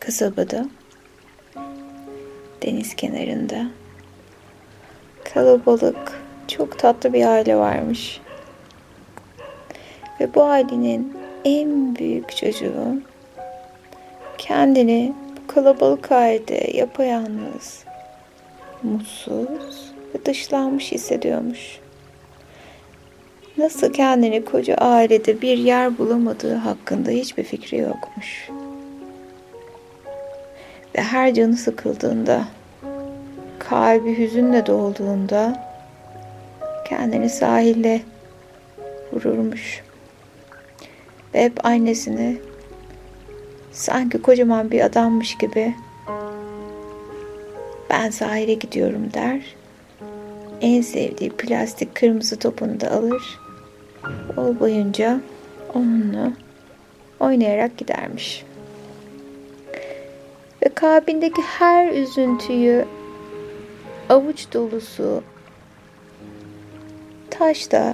kasabada, deniz kenarında kalabalık, çok tatlı bir aile varmış. Ve bu ailenin en büyük çocuğu kendini bu kalabalık ailede yapayalnız, mutsuz ve dışlanmış hissediyormuş. Nasıl kendini koca ailede bir yer bulamadığı hakkında hiçbir fikri yokmuş. Ve her canı sıkıldığında, kalbi hüzünle dolduğunda kendini sahile vururmuş. Ve hep annesini sanki kocaman bir adammış gibi ben sahile gidiyorum der. En sevdiği plastik kırmızı topunu da alır. Yol boyunca onunla oynayarak gidermiş. Ve kalbindeki her üzüntüyü avuç dolusu taşla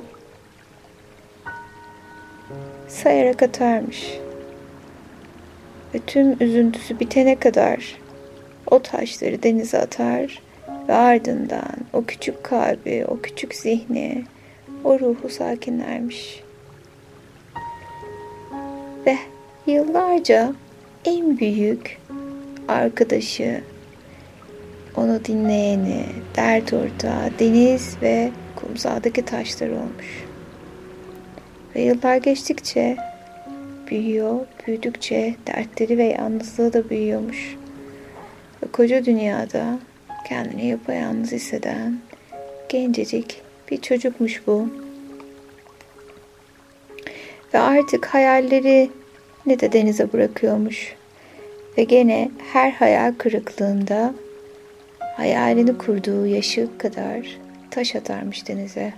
sayarak atarmış. Ve tüm üzüntüsü bitene kadar o taşları denize atar ve ardından o küçük kalbi, o küçük zihni, o ruhu sakinlermiş. Ve yıllarca en büyük arkadaşı, onu dinleyeni, dert ortağı, deniz ve kumsaldaki taşlar olmuş. Ve yıllar geçtikçe büyüdükçe dertleri ve yalnızlığı da büyüyormuş. Ve koca dünyada kendini yapayalnız hisseden gencecik bir çocukmuş bu. Ve artık hayallerini de denize bırakıyormuş. Ve gene her hayal kırıklığında hayalini kurduğu yaşı kadar taş atarmış denize.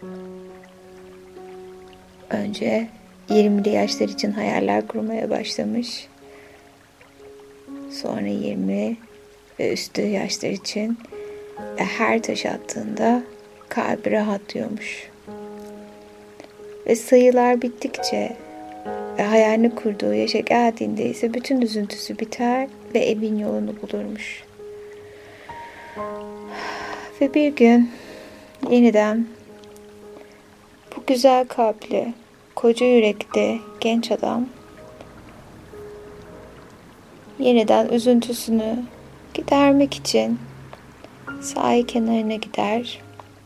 Önce 20'li yaşlar için hayaller kurmaya başlamış. Sonra 20 ve üstü yaşlar için her taş attığında kalbi rahatlıyormuş. Ve sayılar bittikçe ve hayalini kurduğu yaşa geldiğinde ise bütün üzüntüsü biter ve evin yolunu bulurmuş. Ve bir gün yeniden bu güzel kalpli, koca yürekli genç adam yeniden üzüntüsünü gidermek için sahil kenarına gider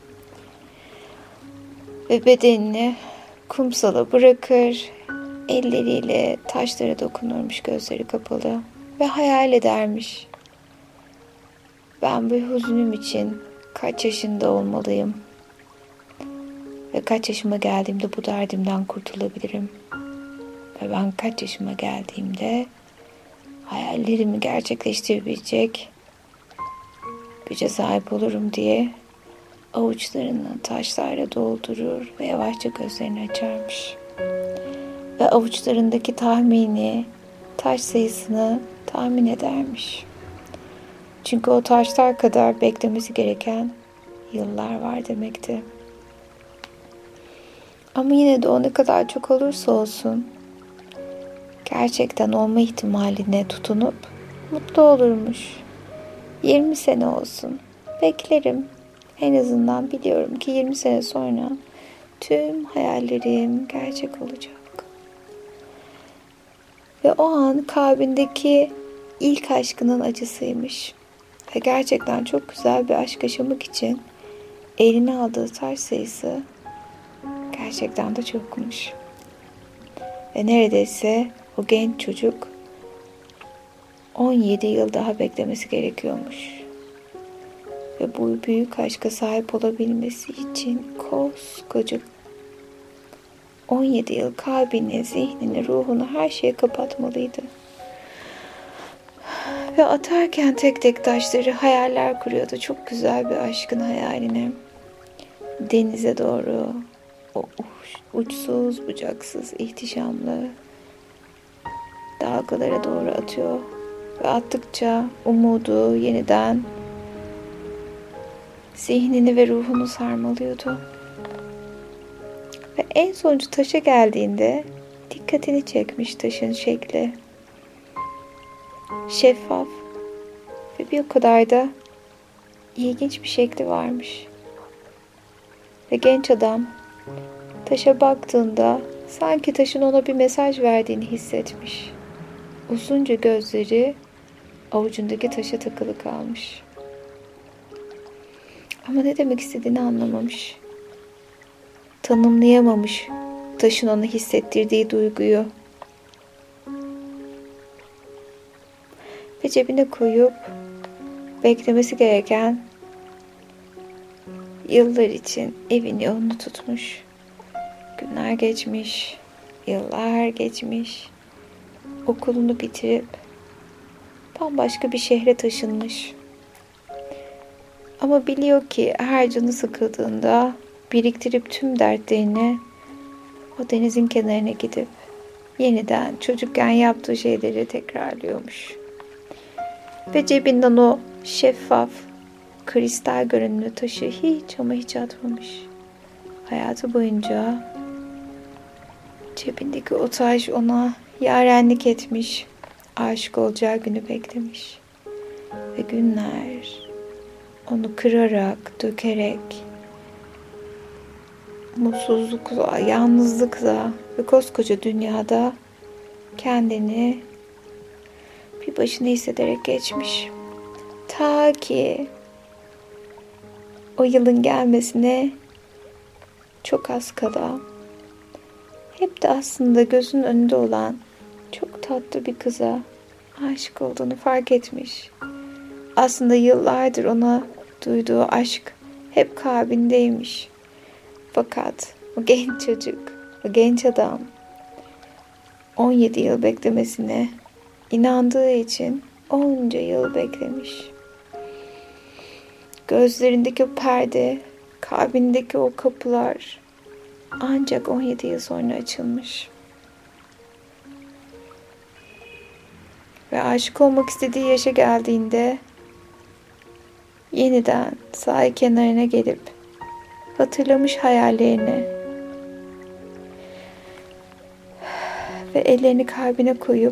ve bedenini kumsala bırakır, elleriyle taşlara dokunurmuş gözleri kapalı ve hayal edermiş. Ben bu hüznüm için kaç yaşında olmalıyım ve kaç yaşıma geldiğimde bu derdimden kurtulabilirim ve ben kaç yaşıma geldiğimde hayallerimi gerçekleştirebilecek güce sahip olurum diye avuçlarını taşlarla doldurur ve yavaşça gözlerini açarmış. Ve avuçlarındaki tahmini taş sayısını tahmin edermiş. Çünkü o taşlar kadar beklemesi gereken yıllar var demekti. Ama yine de o ne kadar çok olursa olsun gerçekten olma ihtimaline tutunup mutlu olurmuş. 20 sene olsun. Beklerim. En azından biliyorum ki 20 sene sonra tüm hayallerim gerçek olacak. Ve o an kalbindeki ilk aşkının acısıymış. Ve gerçekten çok güzel bir aşk yaşamak için eline aldığı taş sayısı gerçekten de çokmuş. Ve neredeyse o genç çocuk 17 yıl daha beklemesi gerekiyormuş. Ve bu büyük aşka sahip olabilmesi için koskoca 17 yıl kalbini, zihnini, ruhunu, her şeye kapatmalıydı. Ve atarken tek tek taşları hayaller kuruyordu. Çok güzel bir aşkın hayalini. Denize doğru, o uçsuz bucaksız, ihtişamlı dalgalara doğru atıyor. Ve attıkça umudu yeniden zihnini ve ruhunu sarmalıyordu. Ve en sonuncu taşa geldiğinde dikkatini çekmiş taşın şekli. şeffaf ve bir o kadar da ilginç bir şekli varmış. Ve genç adam taşa baktığında sanki taşın ona bir mesaj verdiğini hissetmiş. Uzunca gözleri avucundaki taşa takılı kalmış. Ama ne demek istediğini anlamamış. Tanımlayamamış taşın ona hissettirdiği duyguyu. Ve cebine koyup beklemesi gereken yıllar için evin yolunu tutmuş. Günler geçmiş, yıllar geçmiş. Okulunu bitirip bambaşka bir şehre taşınmış. Ama biliyor ki her canı sıkıldığında biriktirip tüm dertlerini o denizin kenarına gidip yeniden çocukken yaptığı şeyleri tekrarlıyormuş. Ve cebinden o şeffaf, kristal görünümlü taşı hiç ama hiç atmamış. Hayatı boyunca cebindeki o taş ona yarenlik etmiş, aşık olacağı günü beklemiş. Ve günler onu kırarak, dökerek, mutsuzlukla, yalnızlıkla ve koskoca dünyada kendini bir başına hissederek geçmiş. Ta ki o yılın gelmesine çok az kala, hep de aslında gözünün önünde olan çok tatlı bir kıza aşık olduğunu fark etmiş. Aslında yıllardır ona duyduğu aşk hep kalbindeymiş. Fakat o genç çocuk, o genç adam 17 yıl beklemesine inandığı için onca yıl beklemiş. Gözlerindeki o perde, kalbindeki o kapılar ancak 17 yıl sonra açılmış. Ve aşık olmak istediği yaşa geldiğinde yeniden sahil kenarına gelip hatırlamış hayallerini ve ellerini kalbine koyup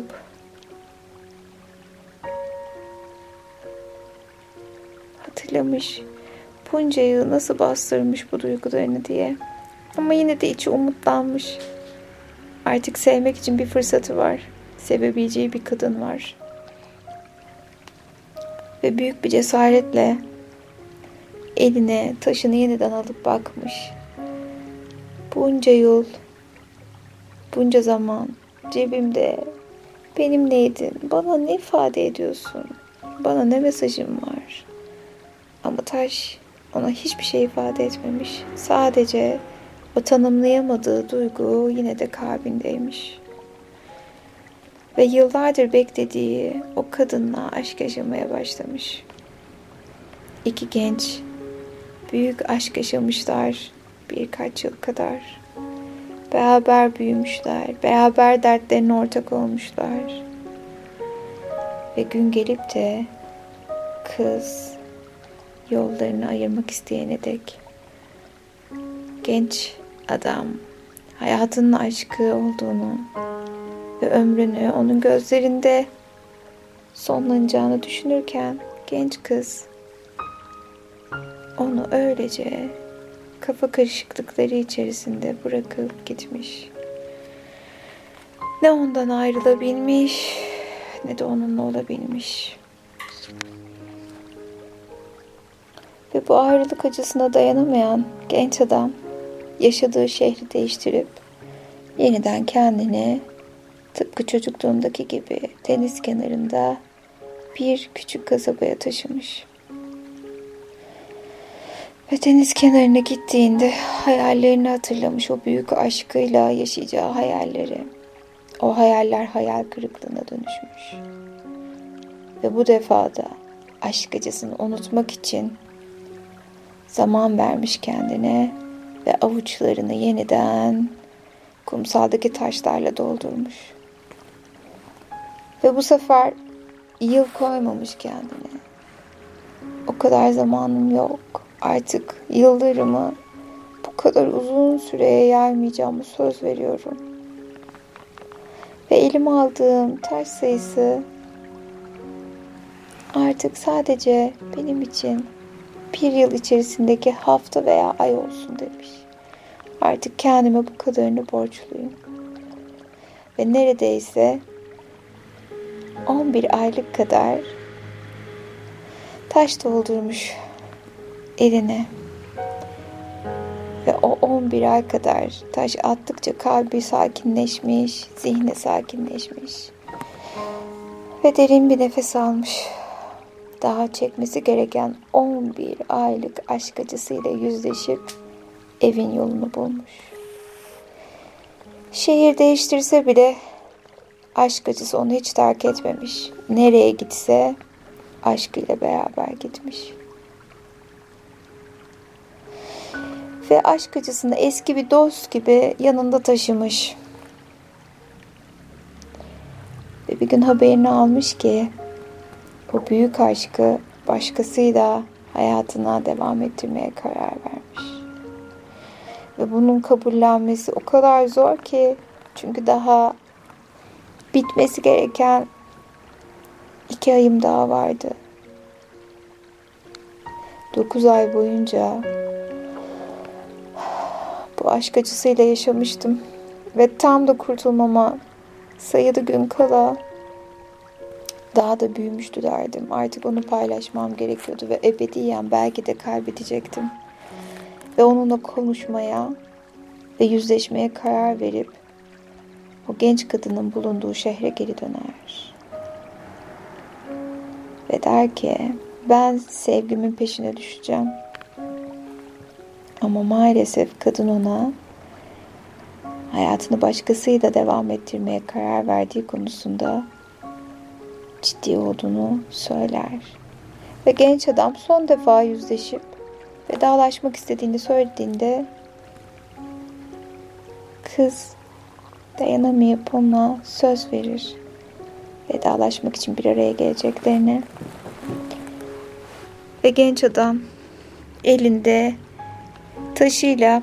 hatırlamış bunca yıl nasıl bastırmış bu duygularını diye. Ama yine de içi umutlanmış. Artık sevmek için bir fırsatı var. Sevebileceği bir kadın var. Ve büyük bir cesaretle eline taşını yeniden alıp bakmış. Bunca yıl, bunca zaman cebimde benimleydin. Bana ne ifade ediyorsun? Bana ne mesajın var? Ama taş ona hiçbir şey ifade etmemiş. Sadece o tanımlayamadığı duygu yine de kalbindeymiş. Ve yıllardır beklediği o kadınla aşk yaşamaya başlamış. İki genç büyük aşk yaşamışlar birkaç yıl kadar. Beraber büyümüşler, beraber dertlerine ortak olmuşlar. Ve gün gelip de kız yollarını ayırmak isteyene dek genç adam hayatının aşkı olduğunu ve ömrünü onun gözlerinde sonlanacağını düşünürken genç kız onu öylece kafa karışıklıkları içerisinde bırakıp gitmiş. Ne ondan ayrılabilmiş ne de onunla olabilmiş. Ve bu ayrılık acısına dayanamayan genç adam yaşadığı şehri değiştirip yeniden kendini tıpkı çocukluğundaki gibi deniz kenarında bir küçük kasabaya taşımış. Ve deniz kenarına gittiğinde hayallerini hatırlamış, o büyük aşkıyla yaşayacağı hayalleri. O hayaller hayal kırıklığına dönüşmüş. Ve bu defa da aşk acısını unutmak için zaman vermiş kendine ve avuçlarını yeniden kumsaldaki taşlarla doldurmuş. Ve bu sefer yıl koymamış kendine. O kadar zamanım yok. Artık yıllarımı bu kadar uzun süreye yaymayacağımı söz veriyorum. Ve elime aldığım taş sayısı Artık sadece benim için bir yıl içerisindeki hafta veya ay olsun demiş. Artık kendime bu kadarını borçluyum. Ve neredeyse 11 aylık kadar taş doldurmuş eline. Ve o 11 ay kadar taş attıkça kalbi sakinleşmiş, zihni sakinleşmiş. Ve derin bir nefes almış. Daha çekmesi gereken 11 aylık aşk acısıyla yüzleşip evin yolunu bulmuş. Şehir değiştirse bile aşk acısı onu hiç terk etmemiş. Nereye gitse aşkıyla beraber gitmiş. Ve aşk acısını eski bir dost gibi yanında taşımış. Ve bir gün haberini almış ki o büyük aşkı başkasıyla hayatına devam ettirmeye karar vermiş. Ve bunun kabullenmesi o kadar zor ki, çünkü daha bitmesi gereken 2 ayım daha vardı. 9 ay boyunca bu aşk acısıyla yaşamıştım. Ve tam da kurtulmama sayılı gün kala daha da büyümüştü derdim. Artık onu paylaşmam gerekiyordu ve ebediyen belki de kaybedecektim. Ve onunla konuşmaya ve yüzleşmeye karar verip o genç kadının bulunduğu şehre geri döner. Ve der ki, ben sevgimin peşine düşeceğim. Ama maalesef kadın ona hayatını başkasıyla devam ettirmeye karar verdiği konusunda ciddi olduğunu söyler. Ve genç adam son defa yüzleşip vedalaşmak istediğini söylediğinde kız dayanamayıp ona söz verir. Vedalaşmak için bir araya geleceklerine. Ve genç adam elinde taşıyla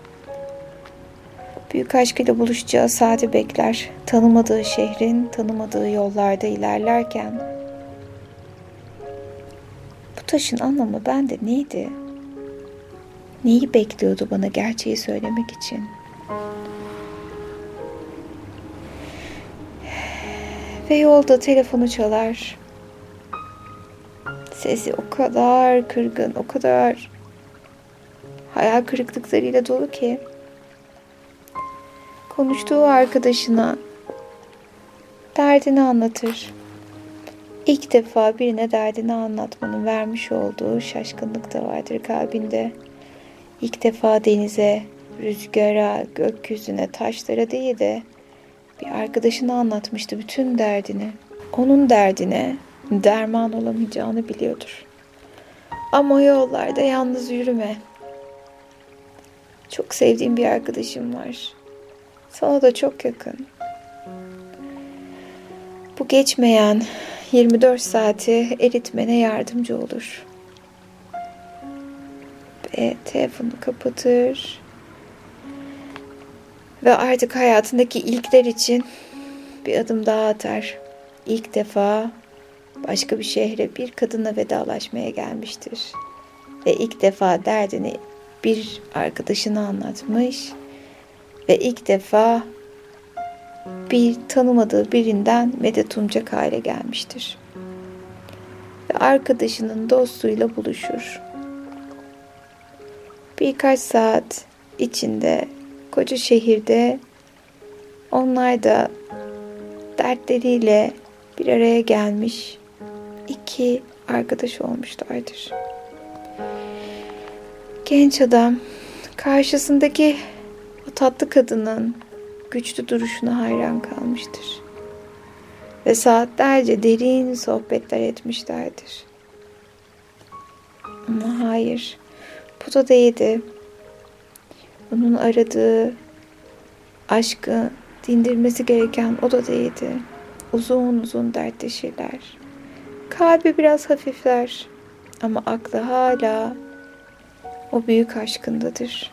büyük aşkıyla buluşacağı saati bekler. Tanımadığı şehrin, tanımadığı yollarda ilerlerken bu taşın anlamı bende neydi? Neyi bekliyordu bana gerçeği söylemek için? Ve yolda telefonu çalar. Sesi o kadar kırgın, o kadar hayal kırıklıklarıyla dolu ki konuştuğu arkadaşına derdini anlatır. İlk defa birine derdini anlatmanın vermiş olduğu şaşkınlık da vardır kalbinde. İlk defa denize, rüzgara, gökyüzüne, taşlara değil de bir arkadaşına anlatmıştı bütün derdini. Onun derdine derman olamayacağını biliyordur. Ama o yollarda yalnız yürüme. Çok sevdiğim bir arkadaşım var. Sana da çok yakın. Bu geçmeyen 24 saati eritmene yardımcı olur. Ve telefonu kapatır. Ve artık hayatındaki ilkler için bir adım daha atar. İlk defa başka bir şehre bir kadınla vedalaşmaya gelmiştir. Ve ilk defa derdini bir arkadaşına anlatmış. Ve ilk defa bir tanımadığı birinden medet umacak hale gelmiştir. Ve arkadaşının dostuyla buluşur. Birkaç saat içinde koca şehirde onlar da dertleriyle bir araya gelmiş 2 arkadaş olmuşlardır. Genç adam karşısındaki o tatlı kadının güçlü duruşuna hayran kalmıştır. Ve saatlerce derin sohbetler etmişlerdir. Ama hayır, bu da değildi. Onun aradığı aşkı dindirmesi gereken o da değildi. Uzun uzun dertleşirler. Kalbi biraz hafifler ama aklı hala o büyük aşkındadır.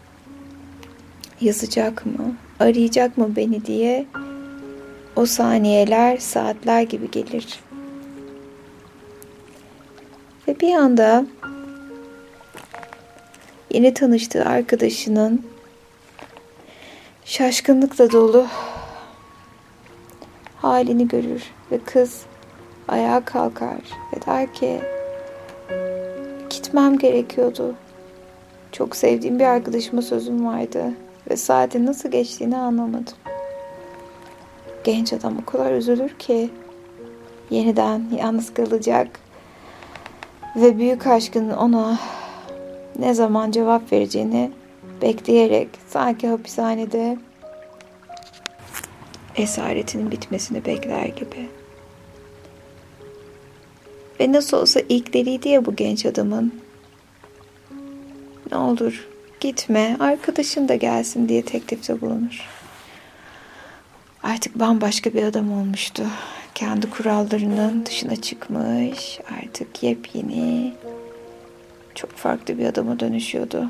Yazacak mı, arayacak mı beni diye o saniyeler saatler gibi gelir. bir anda yeni tanıştığı arkadaşının şaşkınlıkla dolu halini görür ve kız ayağa kalkar ve der ki gitmem gerekiyordu. Çok sevdiğim bir arkadaşıma sözüm vardı ve saatin nasıl geçtiğini anlamadım. Genç adam o kadar üzülür ki yeniden yalnız kalacak ve büyük aşkının ona ne zaman cevap vereceğini bekleyerek sanki hapishanede esaretinin bitmesini bekler gibi. Ve nasıl olsa ilkleriydi ya bu genç adamın. Ne olur gitme, arkadaşın da gelsin diye teklifte bulunur. Artık bambaşka bir adam olmuştu. Kendi kurallarının dışına çıkmış, artık yepyeni, çok farklı bir adama dönüşüyordu.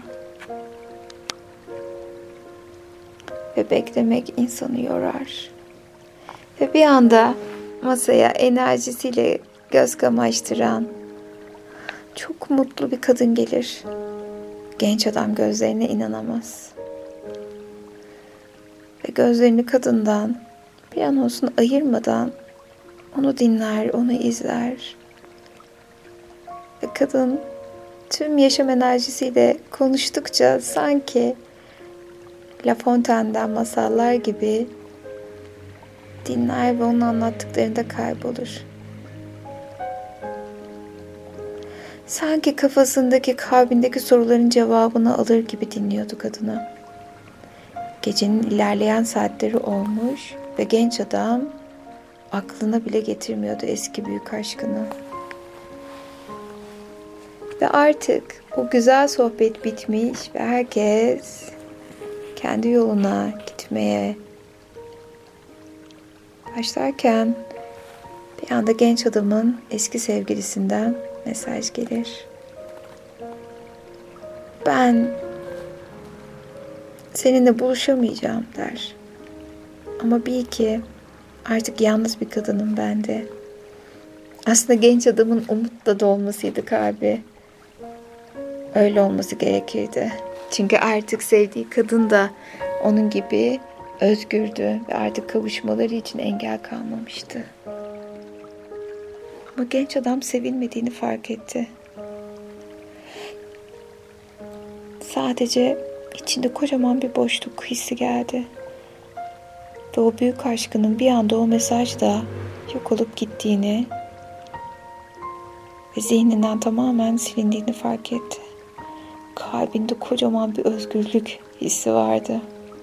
Ve beklemek insanı yorar. Ve bir anda masaya enerjisiyle göz kamaştıran çok mutlu bir kadın gelir. Genç adam gözlerine inanamaz. Ve gözlerini kadından bir an olsun ayırmadan onu dinler, onu izler. Ve kadın tüm yaşam enerjisiyle konuştukça sanki La Fontaine'den masallar gibi dinler ve onun anlattıklarında kaybolur. Sanki kafasındaki, kalbindeki soruların cevabını alır gibi dinliyordu kadını. Gecenin ilerleyen saatleri olmuş ve genç adam aklına bile getirmiyordu eski büyük aşkını. Ve artık o güzel sohbet bitmiş ve herkes kendi yoluna gitmeye başlarken bir anda genç adamın eski sevgilisinden mesaj gelir. Ben seninle buluşamayacağım der. Ama bil ki artık yalnız bir kadınım ben de. Aslında genç adamın umutla dolmasıydı kalbi. Öyle olması gerekirdi. Çünkü artık sevdiği kadın da onun gibi özgürdü ve artık kavuşmaları için engel kalmamıştı. Ama genç adam sevilmediğini fark etti. Sadece içinde kocaman bir boşluk hissi geldi. Ve o büyük aşkının bir anda o mesajla yok olup gittiğini ve zihninden tamamen silindiğini fark etti. Kalbinde kocaman bir özgürlük hissi vardı.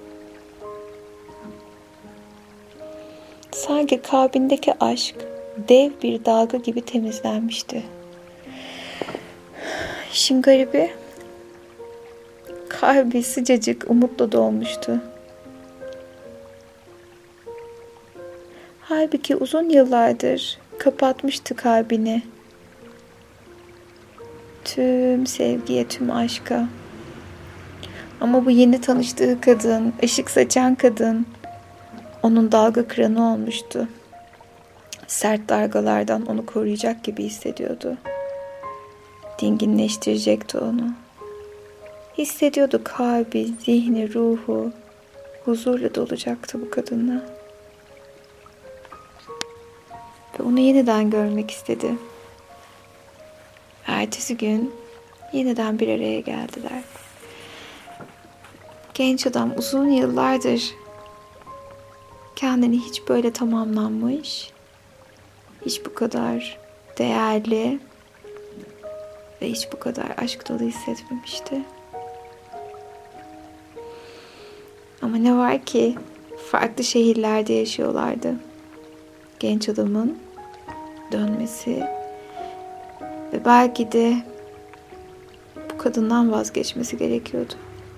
Sanki kalbindeki aşk dev bir dalga gibi temizlenmişti. İşin garibi, kalbi sıcacık umutla dolmuştu. Halbuki uzun yıllardır kapatmıştı kalbini. Tüm sevgiye, tüm aşka. Ama bu yeni tanıştığı kadın, ışık saçan kadın, onun dalga kıranı olmuştu. Sert dalgalardan onu koruyacak gibi hissediyordu. Dinginleştirecekti onu. Hissediyordu kalbi, zihni, ruhu huzurla dolacaktı bu kadınla. Ve onu yeniden görmek istedi. Ertesi gün yeniden bir araya geldiler. Genç adam uzun yıllardır kendini hiç böyle tamamlanmış, hiç bu kadar değerli ve hiç bu kadar aşk dolu hissetmemişti. Ama ne var ki farklı şehirlerde yaşıyorlardı. Genç adamın dönmesi ve belki de bu kadından vazgeçmesi gerekiyordu.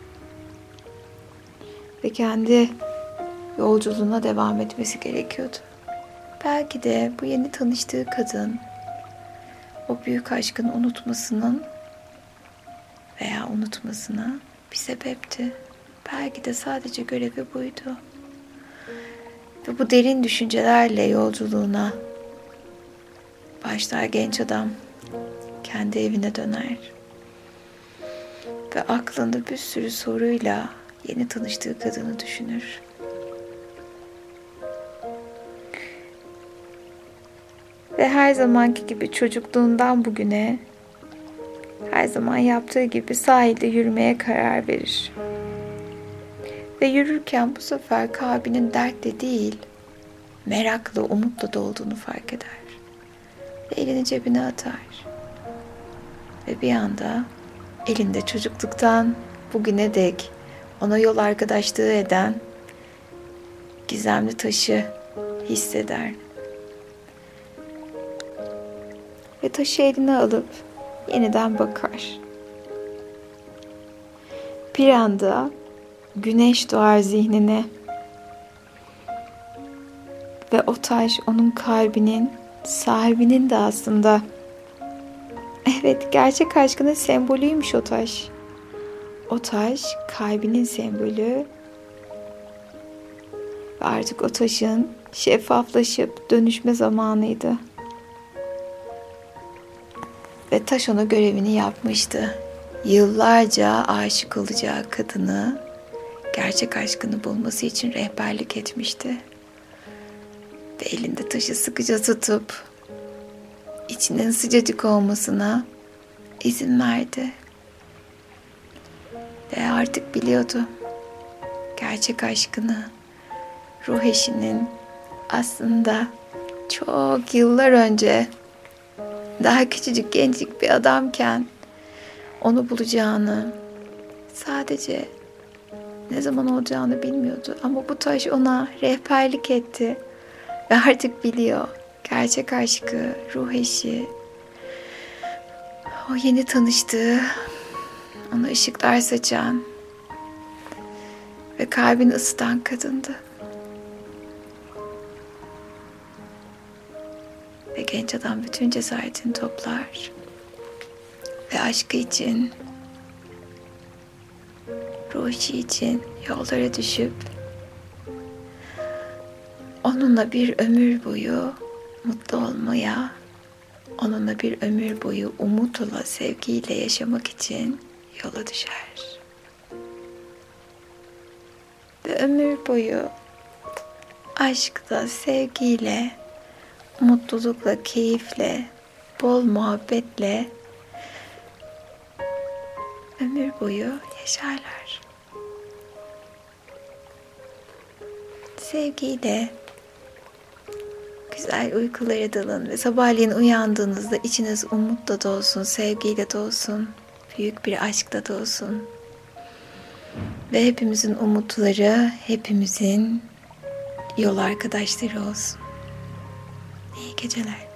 Ve kendi yolculuğuna devam etmesi gerekiyordu. Belki de bu yeni tanıştığı kadın o büyük aşkını unutmasının veya unutmasına bir sebepti. Belki de sadece görevi buydu. Ve bu derin düşüncelerle yolculuğuna başlar genç adam. kendi evine döner. Ve aklında bir sürü soruyla yeni tanıştığı kadını düşünür. Ve her zamanki gibi çocukluğundan bugüne her zaman yaptığı gibi sahilde yürümeye karar verir. Ve yürürken bu sefer kalbinin dertle değil, merakla, umutla dolduğunu fark eder. Ve elini cebine atar. Ve bir anda elinde çocukluktan bugüne dek ona yol arkadaşlığı eden gizemli taşı hisseder. Ve taşı eline alıp yeniden bakar. Bir anda güneş doğar zihnine. Ve o taş onun kalbinin, sahibinin de aslında. Evet, gerçek aşkının sembolüymüş o taş. O taş kalbinin sembolü. Ve artık o taşın şeffaflaşıp dönüşme zamanıydı. Ve taş ona görevini yapmıştı. Yıllarca aşık olacağı kadını, gerçek aşkını bulması için rehberlik etmişti. Ve elinde taşı sıkıca tutup içinin sıcacık olmasına izin verdi. Ve artık biliyordu gerçek aşkını, ruh eşinin aslında çok yıllar önce daha küçücük gencik bir adamken onu bulacağını, sadece ne zaman olacağını bilmiyordu. Ama bu taş ona rehberlik etti ve artık biliyor gerçek aşkı, ruh eşi, o yeni tanıştığı, ona ışıklar saçan ve kalbini ısıtan kadındı. Ve genç adam bütün cesaretini toplar ve aşkı için, ruh işi için yollara düşüp onunla bir ömür boyu mutlu olmaya, onunla bir ömür boyu umutla, sevgiyle yaşamak için yola düşer. Ve ömür boyu aşkla, sevgiyle, mutlulukla, keyifle, bol muhabbetle ömür boyu yaşarlar. Sevgiyle güzel uykulara dalın ve sabahleyin uyandığınızda içiniz umutla dolsun, sevgiyle dolsun, büyük bir aşkla dolsun. Ve hepimizin umutları, hepimizin yol arkadaşları olsun. İyi geceler.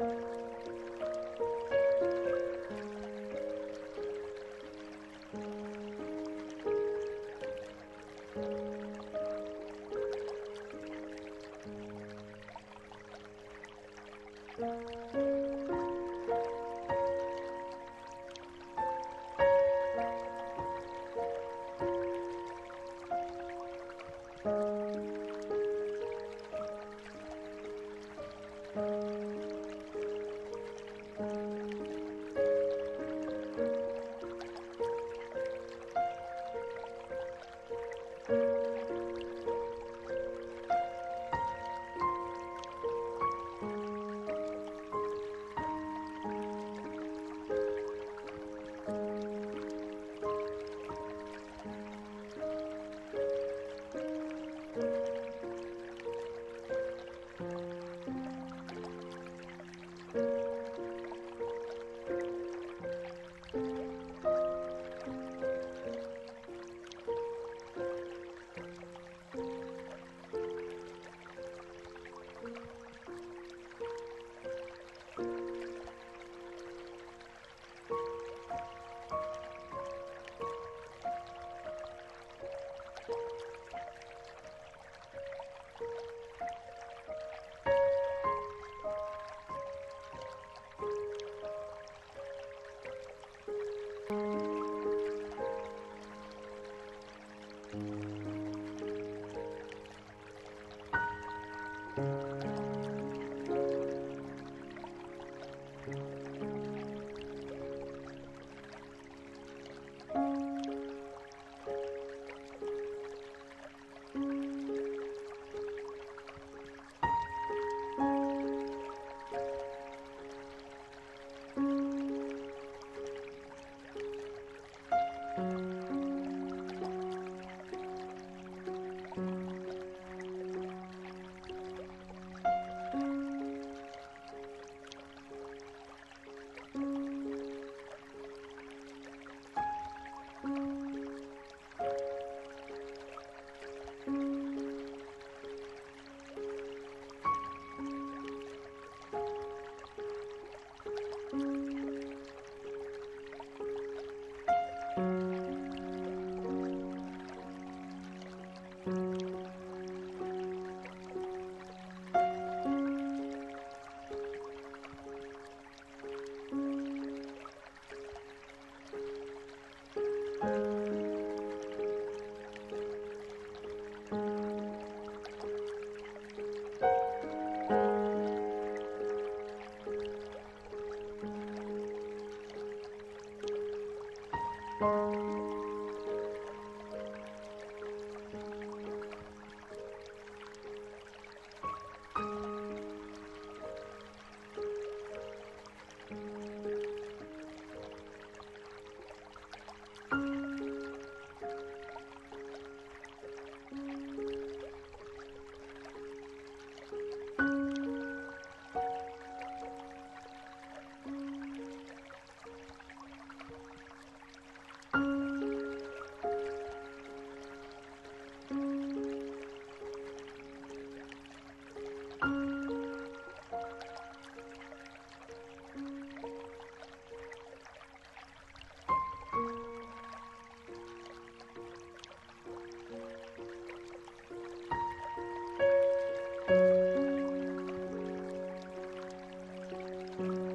Thank you.